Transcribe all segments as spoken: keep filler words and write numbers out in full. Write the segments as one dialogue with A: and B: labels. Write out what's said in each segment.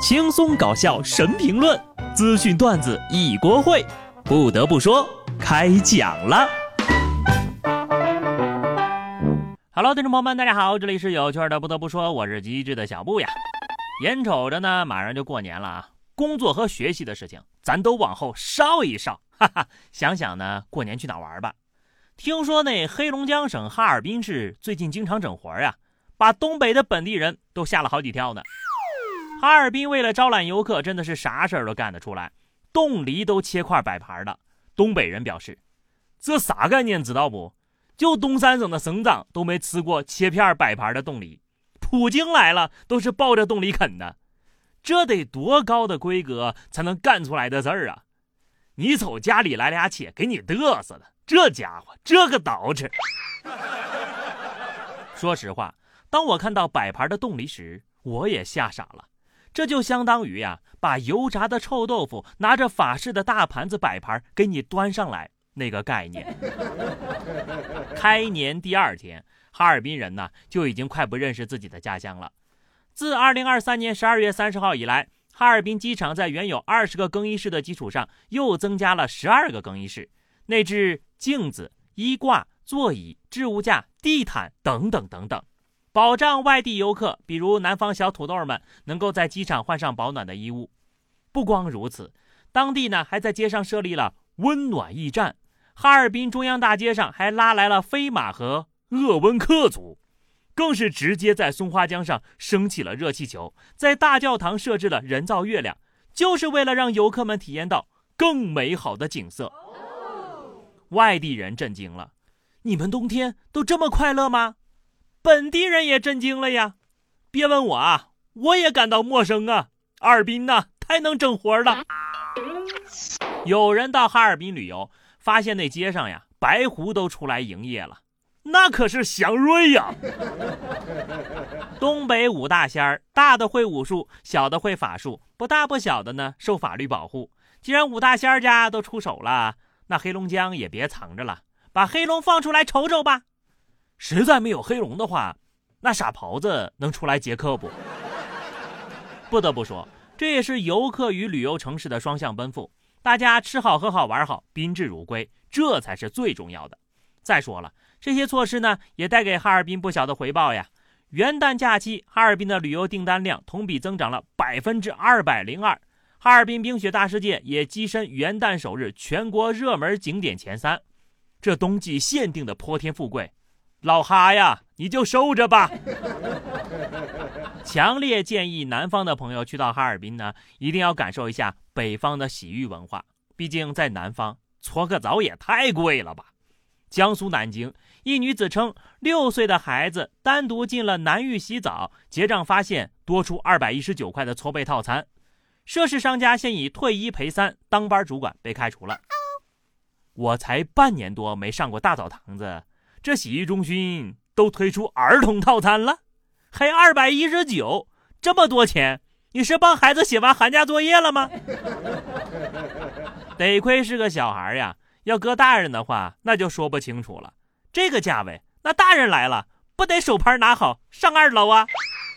A: 轻松搞笑神评论，资讯段子一锅烩。不得不说，开讲了。Hello， 听众朋友们，大家好，这里是有趣的。不得不说，我是机智的小布呀。眼瞅着呢，马上就过年了啊，工作和学习的事情，咱都往后稍一稍。哈哈，想想呢，过年去哪玩吧？听说那黑龙江省哈尔滨市最近经常整活呀，把东北的本地人都吓了好几跳呢。哈尔滨为了招揽游客，真的是啥事儿都干得出来，冻梨都切块摆盘的。东北人表示，这啥概念知道不？就东三省的省长都没吃过切片摆盘的冻梨，普京来了都是抱着冻梨啃的，这得多高的规格才能干出来的事儿啊！你瞅家里来俩且给你嘚瑟的，这家伙这个捯饬。说实话，当我看到摆盘的冻梨时，我也吓傻了。这就相当于呀、啊，把油炸的臭豆腐拿着法式的大盘子摆盘给你端上来那个概念。开年第二天，哈尔滨人呢就已经快不认识自己的家乡了。自二零二三年十二月三十号以来，哈尔滨机场在原有二十个更衣室的基础上，又增加了十二个更衣室，内置镜子、衣挂、座椅、置物架、地毯等等等等。保障外地游客，比如南方小土豆们，能够在机场换上保暖的衣物。不光如此，当地呢还在街上设立了温暖驿站，哈尔滨中央大街上还拉来了飞马和鄂温克族，更是直接在松花江上升起了热气球，在大教堂设置了人造月亮，就是为了让游客们体验到更美好的景色。外地人震惊了，你们冬天都这么快乐吗？本地人也震惊了呀！别问我啊，我也感到陌生啊！哈尔滨呐、啊，太能整活了。有人到哈尔滨旅游，发现那街上呀，白狐都出来营业了，那可是祥瑞呀！东北五大仙儿，大的会武术，小的会法术，不大不小的呢受法律保护。既然五大仙儿家都出手了，那黑龙江也别藏着了，把黑龙放出来瞅瞅吧。实在没有黑龙的话，那傻狍子能出来接客不？不得不说，这也是游客与旅游城市的双向奔赴，大家吃好喝好玩好，宾至如归，这才是最重要的。再说了，这些措施呢也带给哈尔滨不小的回报呀。元旦假期，哈尔滨的旅游订单量同比增长了百分之二百零二，哈尔滨冰雪大世界也跻身元旦首日全国热门景点前三。这冬季限定的泼天富贵，老哈呀，你就收着吧。强烈建议南方的朋友去到哈尔滨呢，一定要感受一下北方的洗浴文化。毕竟在南方搓个澡也太贵了吧。江苏南京，一女子称六岁的孩子单独进了南浴洗澡，结账发现多出二百一十九块的搓背套餐。涉事商家现已退一赔三，当班主管被开除了。我才半年多没上过大澡堂子，这洗浴中心都推出儿童套餐了，还二百一十九，这么多钱，你是帮孩子写完寒假作业了吗？得亏是个小孩呀，要搁大人的话，那就说不清楚了。这个价位，那大人来了，不得手牌拿好上二楼啊？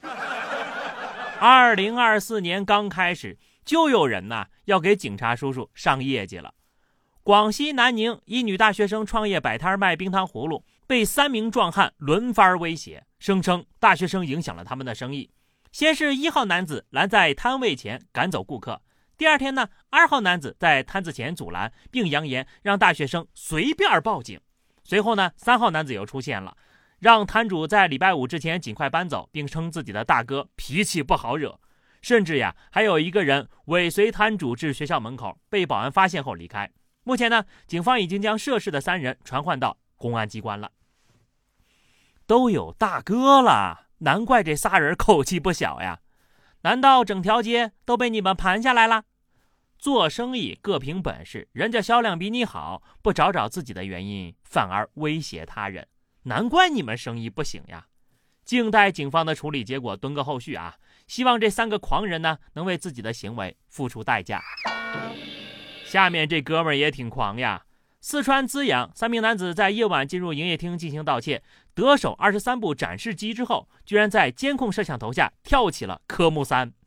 A: 二零二四年刚开始，就有人呐要给警察叔叔上业绩了。广西南宁一女大学生创业摆摊卖冰糖葫芦，被三名壮汉轮番威胁，声称大学生影响了他们的生意。先是一号男子拦在摊位前赶走顾客，第二天呢，二号男子在摊子前阻拦，并扬言让大学生随便报警。随后呢，三号男子又出现了，让摊主在礼拜五之前尽快搬走，并称自己的大哥脾气不好惹。甚至呀，还有一个人尾随摊主至学校门口，被保安发现后离开。目前呢，警方已经将涉事的三人传唤到公安机关了。都有大哥了，难怪这仨人口气不小呀。难道整条街都被你们盘下来了？做生意各凭本事，人家销量比你好，不找找自己的原因，反而威胁他人，难怪你们生意不行呀。静待警方的处理结果，蹲个后续啊。希望这三个狂人呢，能为自己的行为付出代价。下面这哥们儿也挺狂呀。四川资阳三名男子在夜晚进入营业厅进行盗窃，得手二十三部展示机之后，居然在监控摄像头下跳起了科目三。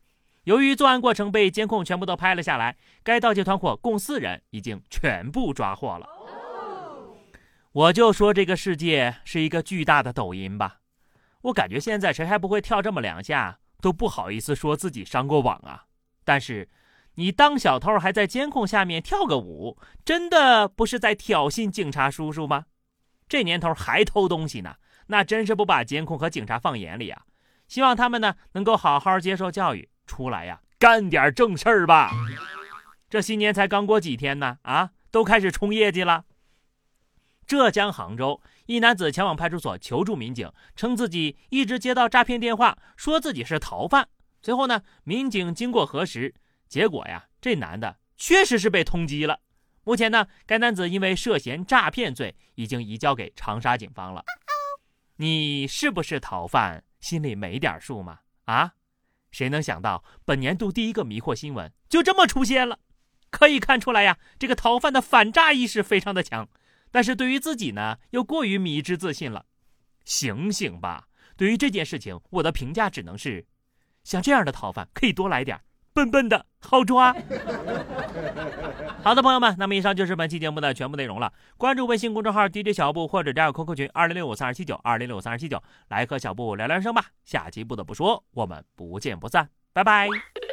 A: 由于作案过程被监控全部都拍了下来，该盗窃团伙共四人已经全部抓获了。我就说这个世界是一个巨大的抖音吧，我感觉现在谁还不会跳这么两下，都不好意思说自己上过网啊。但是你当小偷还在监控下面跳个舞，真的不是在挑衅警察叔叔吗？这年头还偷东西呢，那真是不把监控和警察放眼里啊。希望他们呢能够好好接受教育，出来呀干点正事儿吧。这新年才刚过几天呢，啊，都开始冲业绩了。浙江杭州一男子前往派出所求助民警，称自己一直接到诈骗电话，说自己是逃犯。随后呢，民警经过核实，结果呀，这男的确实是被通缉了。目前呢，该男子因为涉嫌诈骗罪，已经移交给长沙警方了。你是不是逃犯，心里没点数吗？啊？谁能想到本年度第一个迷惑新闻就这么出现了？可以看出来呀，这个逃犯的反诈意识非常的强，但是对于自己呢，又过于迷之自信了。醒醒吧！对于这件事情，我的评价只能是，像这样的逃犯可以多来点，笨笨的好抓。好的，朋友们，那么以上就是本期节目的全部内容了。关注微信公众号 D J 小布，或者加入 Q Q 群二零六五三二七九二零六五三二七九，来和小布聊聊人生吧。下期不得不说，我们不见不散，拜拜。